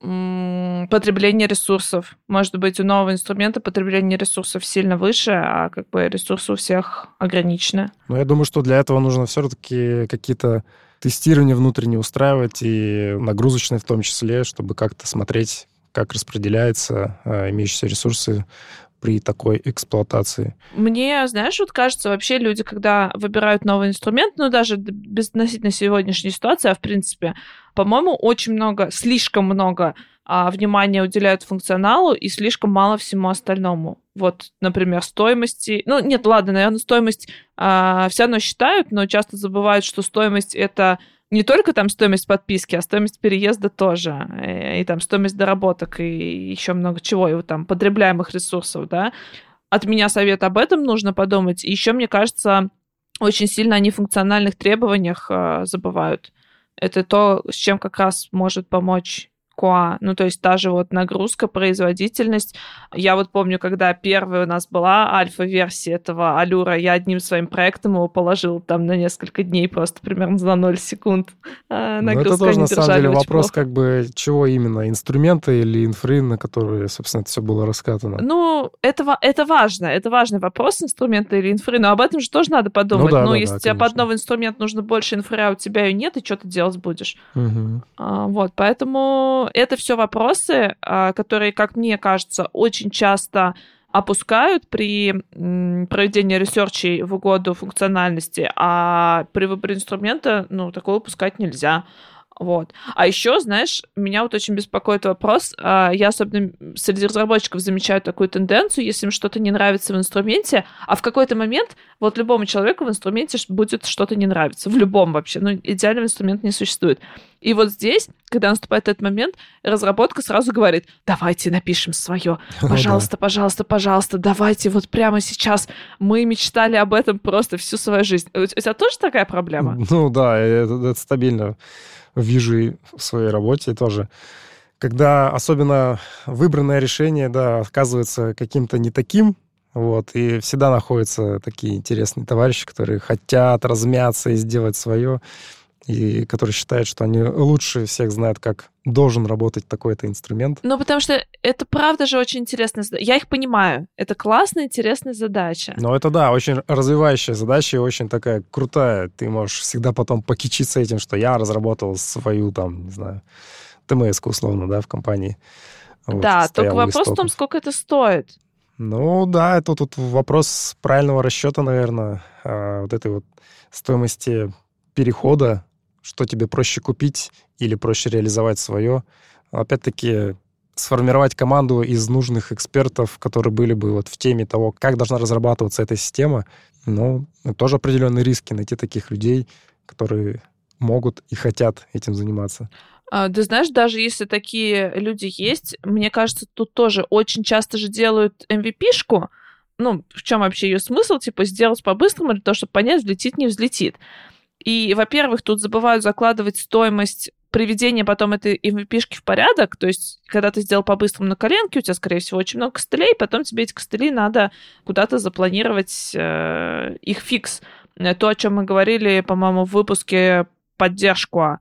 потребление ресурсов. Может быть, у нового инструмента потребление ресурсов сильно выше, а как бы ресурсы у всех ограничены. Ну, я думаю, что для этого нужно все-таки какие-то тестирования внутренние устраивать, и нагрузочные в том числе, чтобы как-то смотреть, как распределяются э, имеющиеся ресурсы при такой эксплуатации. Мне, знаешь, вот кажется, вообще люди, когда выбирают новый инструмент, ну, даже безотносительно сегодняшней ситуации, а в принципе, по-моему, очень много, слишком много а, внимания уделяют функционалу и слишком мало всему остальному. Вот, например, стоимости... Ну, нет, ладно, наверное, стоимость а, все равно считают, но часто забывают, что стоимость — это не только там стоимость подписки, а стоимость переезда тоже, и, и там стоимость доработок, и еще много чего, и вот там потребляемых ресурсов, да. От меня совет об этом нужно подумать. И еще, мне кажется, очень сильно они в функциональных требованиях э, забывают. Это то, с чем как раз может помочь кью эй. Ну, то есть та же вот нагрузка, производительность. Я вот помню, когда первая у нас была альфа-версия этого Алюра, я одним своим проектом его положил там на несколько дней, просто примерно за ноль секунд. Нагрузка, ну, это тоже, на самом деле, вопрос плохо. Как бы чего именно, инструменты или инфры, на которые, собственно, это все было раскатано? Ну, это, это важно, это важный вопрос, инструменты или инфры, но об этом же тоже надо подумать. Ну, да, ну да, если да, тебе конечно. под новый инструмент нужно больше инфры, а у тебя ее нет, и что ты делать будешь? Угу. А, вот, поэтому это все вопросы, которые, как мне кажется, очень часто опускают при проведении ресерчей в угоду функциональности, а при выборе инструмента, ну, такого упускать нельзя. Вот. А еще, знаешь, меня вот очень беспокоит вопрос, я особенно среди разработчиков замечаю такую тенденцию, если им что-то не нравится в инструменте, а в какой-то момент вот любому человеку в инструменте будет что-то не нравиться, в любом вообще, ну, идеального инструмента не существует. И вот здесь, когда наступает этот момент, разработка сразу говорит: давайте напишем свое, пожалуйста, пожалуйста, пожалуйста, давайте вот прямо сейчас. Мы мечтали об этом просто всю свою жизнь. У тебя тоже такая проблема? Ну да, это, это стабильно вижу и в своей работе тоже. Когда особенно выбранное решение, да, оказывается каким-то не таким, вот, и всегда находятся такие интересные товарищи, которые хотят размяться и сделать свое, и которые считают, что они лучше всех знают, как должен работать такой-то инструмент. Ну, потому что это, правда же, очень интересная задача. Я их понимаю. Это классная, интересная задача. Ну, это, да, очень развивающая задача и очень такая крутая. Ты можешь всегда потом покичиться этим, что я разработал свою, там, не знаю, тэ эм эс-ку условно, да, в компании. Вот, да, только вопрос в том, сколько это стоит. Ну, да, это тут вопрос правильного расчета, наверное, вот этой вот стоимости перехода, что тебе проще купить или проще реализовать свое. Опять-таки, сформировать команду из нужных экспертов, которые были бы вот в теме того, как должна разрабатываться эта система, ну, тоже определенные риски найти таких людей, которые могут и хотят этим заниматься. Ты знаешь, даже если такие люди есть, мне кажется, тут тоже очень часто же делают эм ви пи-шку. Ну, в чем вообще ее смысл? Типа сделать по-быстрому для того, чтобы понять, взлетит, не взлетит. И, во-первых, тут забывают закладывать стоимость приведения потом этой эм ви пи-шки в порядок. То есть, когда ты сделал по-быстрому на коленке, у тебя, скорее всего, очень много костылей, потом тебе эти костыли надо куда-то запланировать э, их фикс. То, о чем мы говорили, по-моему, в выпуске поддержку.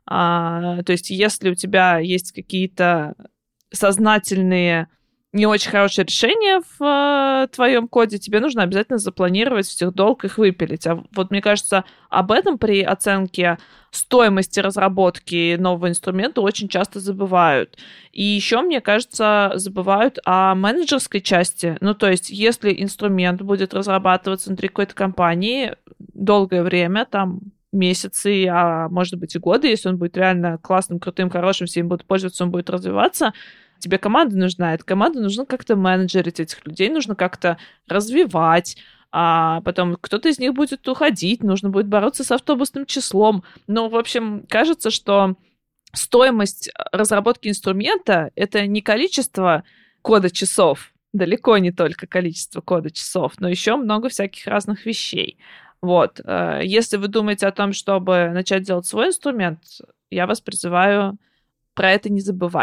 А, то есть, если у тебя есть какие-то сознательные не очень хорошее решение в э, твоем коде, тебе нужно обязательно запланировать всех долг, их выпилить. А вот мне кажется, об этом при оценке стоимости разработки нового инструмента очень часто забывают. И еще, мне кажется, забывают о менеджерской части. Ну, то есть, если инструмент будет разрабатываться внутри какой-то компании долгое время, там, месяцы, а может быть и годы, если он будет реально классным, крутым, хорошим, все им будут пользоваться, он будет развиваться, тебе команда нужна. Эта команда нужно как-то менеджерить, этих людей нужно как-то развивать, а потом кто-то из них будет уходить, нужно будет бороться с автобусным числом. Ну, в общем, кажется, что стоимость разработки инструмента — это не количество кода часов, далеко не только количество кода часов, но еще много всяких разных вещей. Вот. Если вы думаете о том, чтобы начать делать свой инструмент, я вас призываю про это не забывать.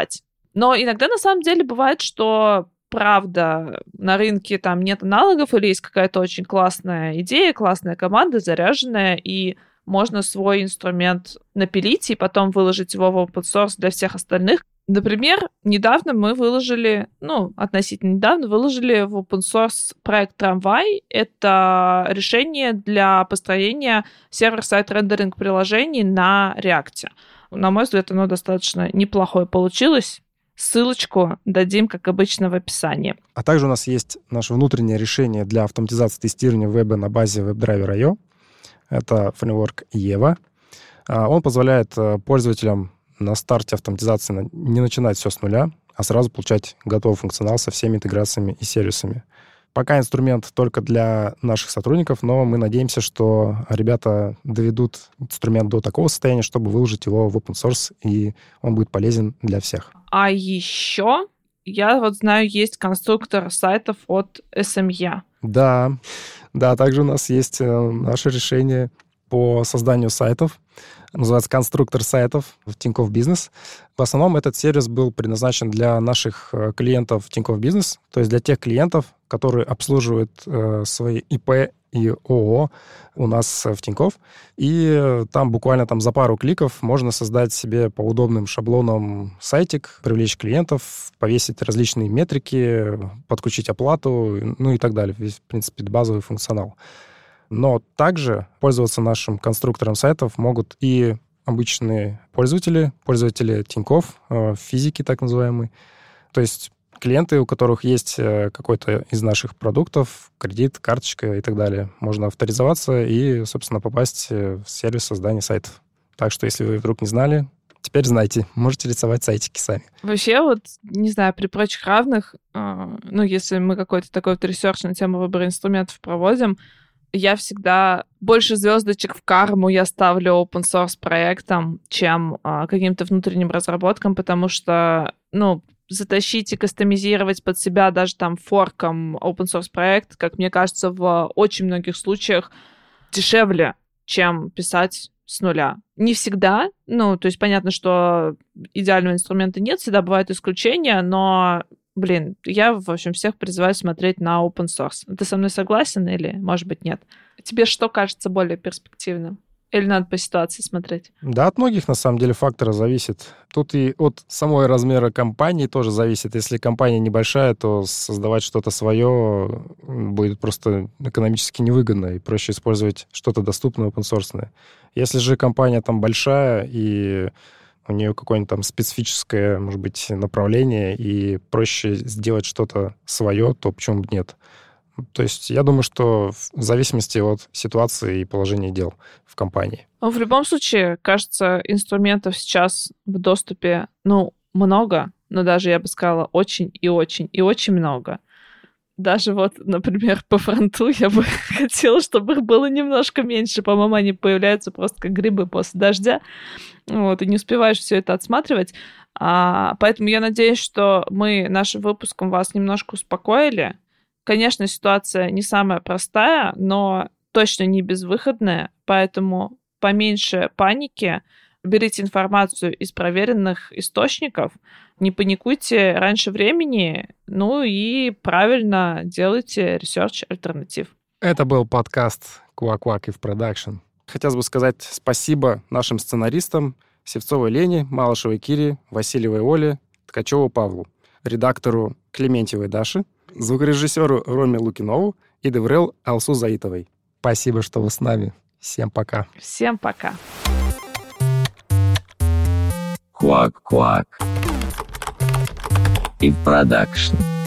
Но иногда на самом деле бывает, что правда на рынке там нет аналогов или есть какая-то очень классная идея, классная команда, заряженная, и можно свой инструмент напилить и потом выложить его в open source для всех остальных. Например, недавно мы выложили, ну, относительно недавно, выложили в open source проект Tramvay. Это решение для построения сервер-сайт рендеринг приложений на React. На мой взгляд, оно достаточно неплохое получилось. Ссылочку дадим, как обычно, в описании. А также у нас есть наше внутреннее решение для автоматизации тестирования веба на базе WebDriver точка ай о. Это фреймворк Eva. Он позволяет пользователям на старте автоматизации не начинать все с нуля, а сразу получать готовый функционал со всеми интеграциями и сервисами. Пока инструмент только для наших сотрудников, но мы надеемся, что ребята доведут инструмент до такого состояния, чтобы выложить его в open source, и он будет полезен для всех. А еще я вот знаю, есть конструктор сайтов от эс эм и. Да, да, также у нас есть наше решение по созданию сайтов. Называется конструктор сайтов в Тинькофф Бизнес. В основном этот сервис был предназначен для наших клиентов Тинькофф Бизнес, то есть для тех клиентов, которые обслуживают э, свои и пэ и о о у нас в Тинькофф. И там буквально там за пару кликов можно создать себе по удобным шаблонам сайтик, привлечь клиентов, повесить различные метрики, подключить оплату, ну и так далее. Весь, в принципе, базовый функционал. Но также пользоваться нашим конструктором сайтов могут и обычные пользователи, пользователи Тинькофф, физики так называемые. То есть клиенты, у которых есть какой-то из наших продуктов, кредит, карточка и так далее. Можно авторизоваться и, собственно, попасть в сервис создания сайтов. Так что, если вы вдруг не знали, теперь знаете, можете рисовать сайтики сами. Вообще, вот, не знаю, при прочих равных, э, ну, если мы какой-то такой вот ресерч на тему выбора инструментов проводим, я всегда больше звездочек в карму я ставлю open source проектам, чем э, каким-то внутренним разработкам, потому что, ну, затащить и кастомизировать под себя даже там форком open source проект, как мне кажется, в очень многих случаях дешевле, чем писать с нуля. Не всегда, ну, то есть понятно, что идеального инструмента нет, всегда бывают исключения, но, блин, я, в общем, всех призываю смотреть на open source. Ты со мной согласен или, может быть, нет? Тебе что кажется более перспективным? Или надо по ситуации смотреть? Да, от многих, на самом деле, факторов зависит. Тут и от самого размера компании тоже зависит. Если компания небольшая, то создавать что-то свое будет просто экономически невыгодно, и проще использовать что-то доступное, open-source. Если же компания там большая, и у нее какое-нибудь там специфическое, может быть, направление, и проще сделать что-то свое, то почему бы нет? То есть я думаю, что в зависимости от ситуации и положения дел в компании. В любом случае, кажется, инструментов сейчас в доступе, ну, много, но даже, я бы сказала, очень и очень и очень много. Даже вот, например, по фронту я бы хотела, чтобы их было немножко меньше. По-моему, они появляются просто как грибы после дождя. Вот, и не успеваешь все это отсматривать. А, поэтому я надеюсь, что мы нашим выпуском вас немножко успокоили. Конечно, ситуация не самая простая, но точно не безвыходная, поэтому поменьше паники, берите информацию из проверенных источников, не паникуйте раньше времени, ну и правильно делайте research альтернатив. Это был подкаст Quack Quack Production. Хотелось бы сказать спасибо нашим сценаристам Севцовой Лене, Малышевой Кире, Васильевой Оле, Ткачеву Павлу, редактору Клементьевой Даше, звукорежиссеру Роме Лукинову и Деврел Алсу Заитовой. Спасибо, что вы с нами. Всем пока. Всем пока. Quack Quack и Production.